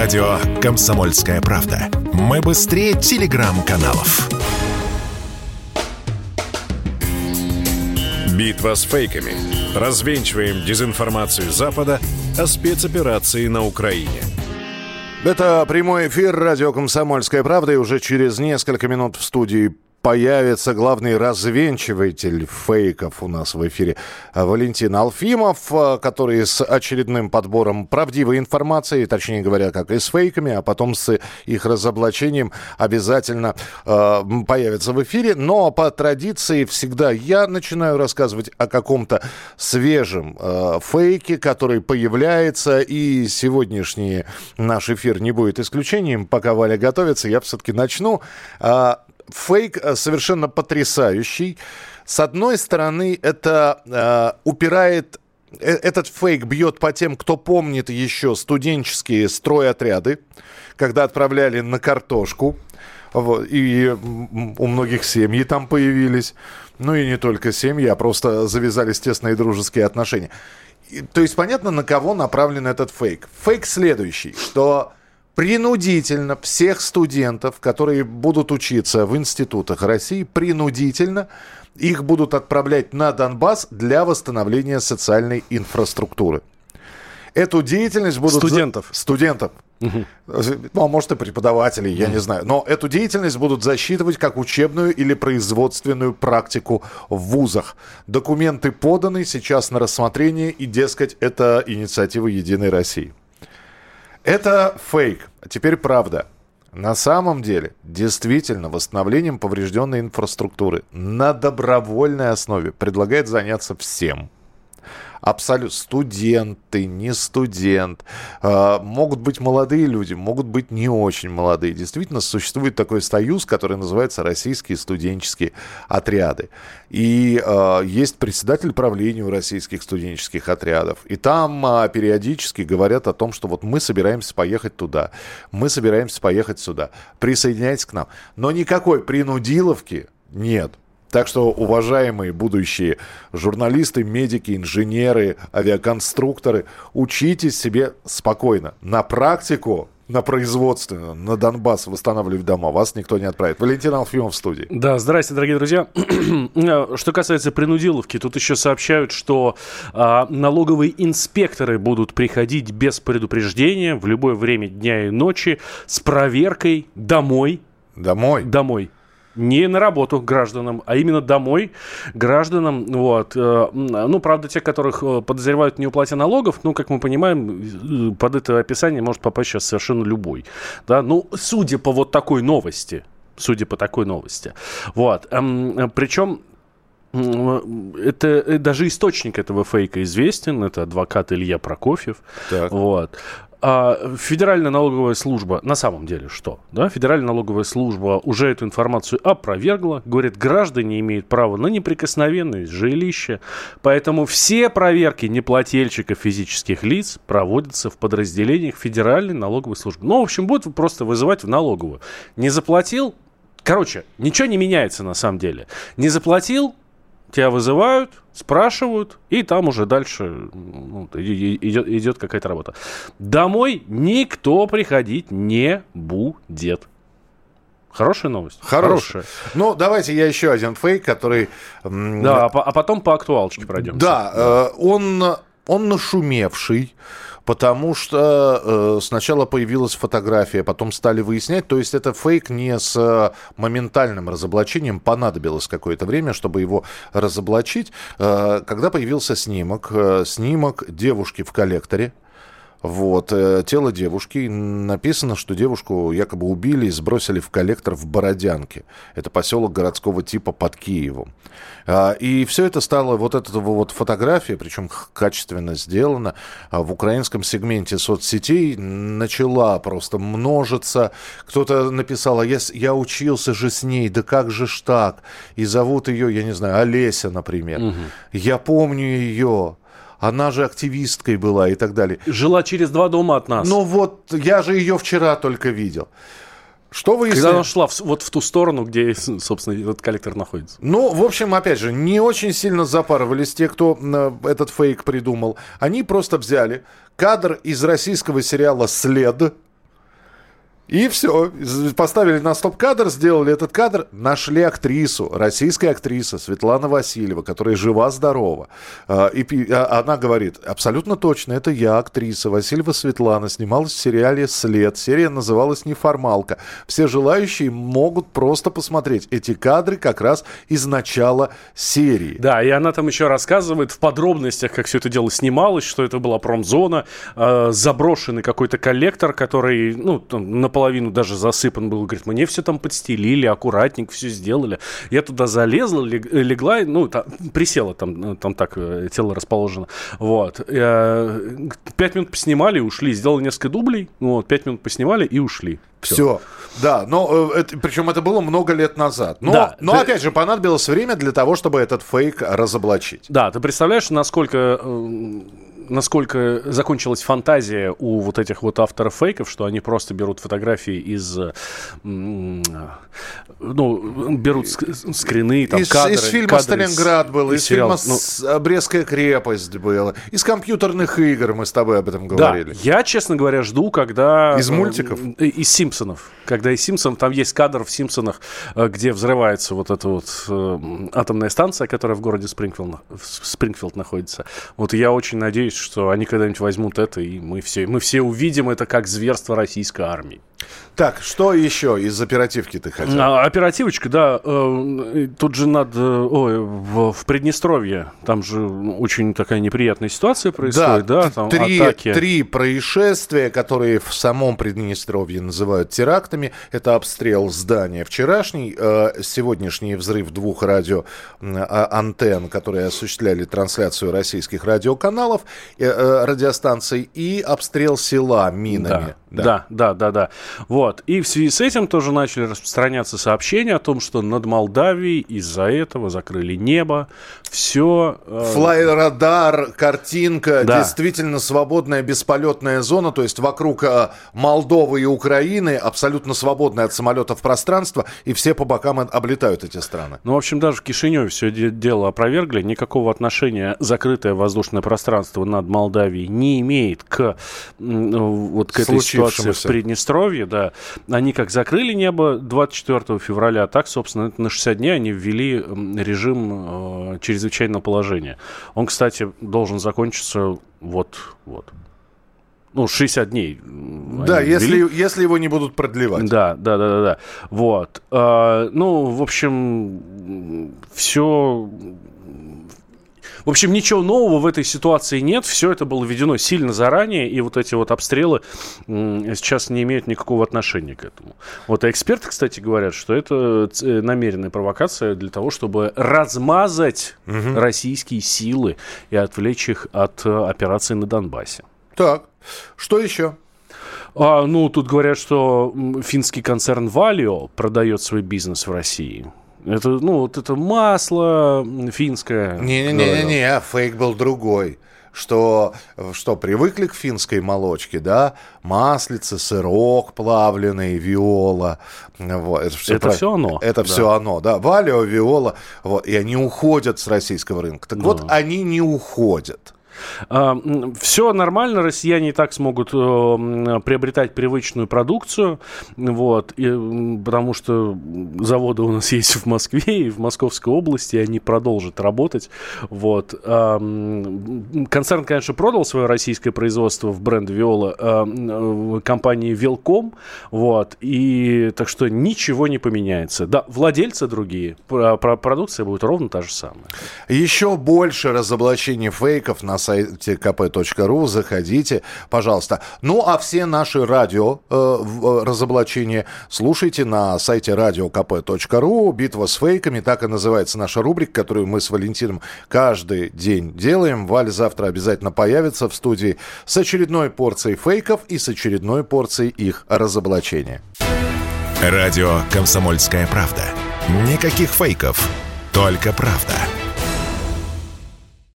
Радио «Комсомольская правда». Мы быстрее телеграм-каналов. Битва с фейками. Развенчиваем дезинформацию Запада о спецоперации на Украине. Это прямой эфир радио «Комсомольская правда», и уже через несколько минут в студии появится главный развенчиватель фейков у нас в эфире Валентин Алфимов, который с очередным подбором правдивой информации, точнее говоря, как и с фейками, а потом с их разоблачением обязательно появится в эфире. Но по традиции всегда я начинаю рассказывать о каком-то свежем фейке, который появляется, и сегодняшний наш эфир не будет исключением. Пока Валя готовится, я все-таки начну. Фейк совершенно потрясающий. С одной стороны, это этот фейк бьет по тем, кто помнит еще студенческие стройотряды, когда отправляли на картошку. Вот, и у многих семьи там появились. Ну и не только семьи, а просто завязались тесные дружеские отношения. То есть понятно, на кого направлен этот фейк. Фейк следующий, что принудительно всех студентов, которые будут учиться в институтах России, принудительно их будут отправлять на Донбасс для восстановления социальной инфраструктуры. Эту деятельность будут... Студентов. Угу. Ну, а может и преподавателей, я не знаю. Но эту деятельность будут засчитывать как учебную или производственную практику в вузах. Документы поданы сейчас на рассмотрение, и, дескать, это инициатива «Единой России». Это фейк. А теперь правда. На самом деле, действительно, восстановлением поврежденной инфраструктуры на добровольной основе предлагает заняться всем. Абсолютно. Студенты, не студент. Могут быть молодые люди, могут быть не очень молодые. Действительно, существует такой союз, который называется «Российские студенческие отряды». И есть председатель правления у российских студенческих отрядов. И там периодически говорят о том, что вот мы собираемся поехать туда, мы собираемся поехать сюда. Присоединяйтесь к нам. Но никакой принудиловки нет. Так что, уважаемые будущие журналисты, медики, инженеры, авиаконструкторы, учитесь себе спокойно. На практику, на производственную, на Донбасс восстанавливать дома вас никто не отправит. Валентин Алфимов в студии. Да, здрасте, дорогие друзья. Что касается принудиловки, тут еще сообщают, что налоговые инспекторы будут приходить без предупреждения в любое время дня и ночи с проверкой домой. Домой. Не на работу гражданам, а именно домой гражданам. Вот. Ну, правда, те, которых подозревают в неуплате налогов, ну, как мы понимаем, под это описание может попасть сейчас совершенно любой. Да? Ну, судя по вот такой новости. Вот. Причем это даже источник этого фейка известен. Это адвокат Илья Прокофьев. Так. Вот. Федеральная налоговая служба, на самом деле что? Да? Федеральная налоговая служба уже эту информацию опровергла. Говорит, граждане имеют право на неприкосновенность жилища. Поэтому все проверки неплательщиков физических лиц проводятся в подразделениях Федеральной налоговой службы. Ну, в общем, будут просто вызывать в налоговую. Не заплатил? Короче, ничего не меняется на самом деле. Не заплатил? Тебя вызывают, спрашивают, и там уже дальше идет какая-то работа. Домой никто приходить не будет. Хорошая новость? Хорошая. Ну, давайте я еще один фейк, который... Да, а потом по актуалочке пройдем. Да, он нашумевший. Потому что сначала появилась фотография, потом стали выяснять. То есть это фейк не с моментальным разоблачением. Понадобилось какое-то время, чтобы его разоблачить. Когда появился снимок девушки в коллекторе. Вот, тело девушки. Написано, что девушку якобы убили и сбросили в коллектор в Бородянке. Это поселок городского типа под Киевом. И все это стало, вот эта вот фотография, причем качественно сделана, в украинском сегменте соцсетей начала просто множиться. Кто-то написал, я учился же с ней, да как же ж так? И зовут ее, я не знаю, Олеся, например. Угу. Я помню ее. Она же активисткой была и так далее. Жила через 2 дома от нас. Ну вот, я же ее вчера только видел. Что вы... Когда она шла вот в ту сторону, где, собственно, этот коллектор находится. Ну, в общем, опять же, не очень сильно запарывались те, кто этот фейк придумал. Они просто взяли кадр из российского сериала «След», И все, поставили на стоп-кадр, сделали этот кадр, нашли актрису, российская актриса Светлана Васильева, которая жива-здорова. И она говорит, абсолютно точно, это я, актриса Васильева Светлана, снималась в сериале «След». Серия называлась «Неформалка». Все желающие могут просто посмотреть эти кадры как раз из начала серии. Да, и она там еще рассказывает в подробностях, как все это дело снималось, что это была промзона, заброшенный какой-то коллектор, который, наполовину даже засыпан был. Говорит, мне все там подстелили, аккуратненько все сделали. Я туда залезла, легла, присела, там так тело расположено. Вот. 5 минут поснимали и ушли. Сделали несколько дублей, 5 минут поснимали и ушли. Все. Да, но причем это было много лет назад. Но опять же, понадобилось время для того, чтобы этот фейк разоблачить. Да, ты представляешь, насколько закончилась фантазия у вот этих вот авторов фейков, что они просто берут фотографии берут скрины, там, кадры. Из фильма «Сталинград» было, из фильма «Брестская крепость» было, из компьютерных игр, мы с тобой об этом говорили. Да, я, честно говоря, жду, когда... Из мультиков? Из «Симпсонов». Когда из «Симпсонов», там есть кадр в «Симпсонах», где взрывается вот эта вот атомная станция, которая в городе Спрингфилд находится. Вот я очень надеюсь, что они когда-нибудь возьмут это, и мы все увидим это как зверство российской армии. Так, что еще из оперативки ты хотел? Оперативочка, да. Тут же в Приднестровье, там же очень такая неприятная ситуация происходит. Да, там три происшествия, которые в самом Приднестровье называют терактами. Это обстрел здания вчерашний, сегодняшний взрыв 2 радиоантенн, которые осуществляли трансляцию российских радиоканалов, радиостанций, и обстрел села минами. Да. Вот. И в связи с этим тоже начали распространяться сообщения о том, что над Молдавией из-за этого закрыли небо. Все. Флайрадар, картинка, действительно свободная бесполетная зона, то есть вокруг Молдовы и Украины абсолютно свободное от самолетов пространство, и все по бокам облетают эти страны. В общем, даже в Кишиневе все дело опровергли. Никакого отношения закрытое воздушное пространство над Молдавией не имеет к этой ситуации в Приднестровье. Да. Они как закрыли небо 24 февраля, так, собственно, на 60 дней они ввели режим чрезвычайного положения. Он, кстати, должен закончиться 60 дней. Да, если его не будут продлевать. Да. Вот. В общем, все... В общем, ничего нового в этой ситуации нет. Все это было введено сильно заранее, и вот эти вот обстрелы сейчас не имеют никакого отношения к этому. Вот, а эксперты, кстати, говорят, что это намеренная провокация для того, чтобы размазать российские силы и отвлечь их от операции на Донбассе. Так, что еще? Тут говорят, что финский концерн Valio продает свой бизнес в России. Это, это масло финское. Не-не-не, фейк был другой. Что привыкли к финской молочке, да? Маслица, сырок плавленый, виола. Вот, это все оно. Это все оно, да. Valio, виола. Вот, и они уходят с российского рынка. Так вот, они не уходят. Все нормально, россияне и так смогут приобретать привычную продукцию, потому что заводы у нас есть в Москве и в Московской области, и они продолжат работать. Концерн, конечно, продал свое российское производство в бренд Виола компании Велком, и так что ничего не поменяется. Да, владельцы другие, продукция будет ровно та же самая. Еще больше разоблачений фейков на сайте kp.ru. Заходите, пожалуйста. А все наши разоблачения слушайте на сайте radiokp.ru. «Битва с фейками», так и называется наша рубрика, которую мы с Валентином каждый день делаем. Валя завтра обязательно появится в студии с очередной порцией фейков и с очередной порцией их разоблачения. Радио «Комсомольская правда». Никаких фейков, только правда.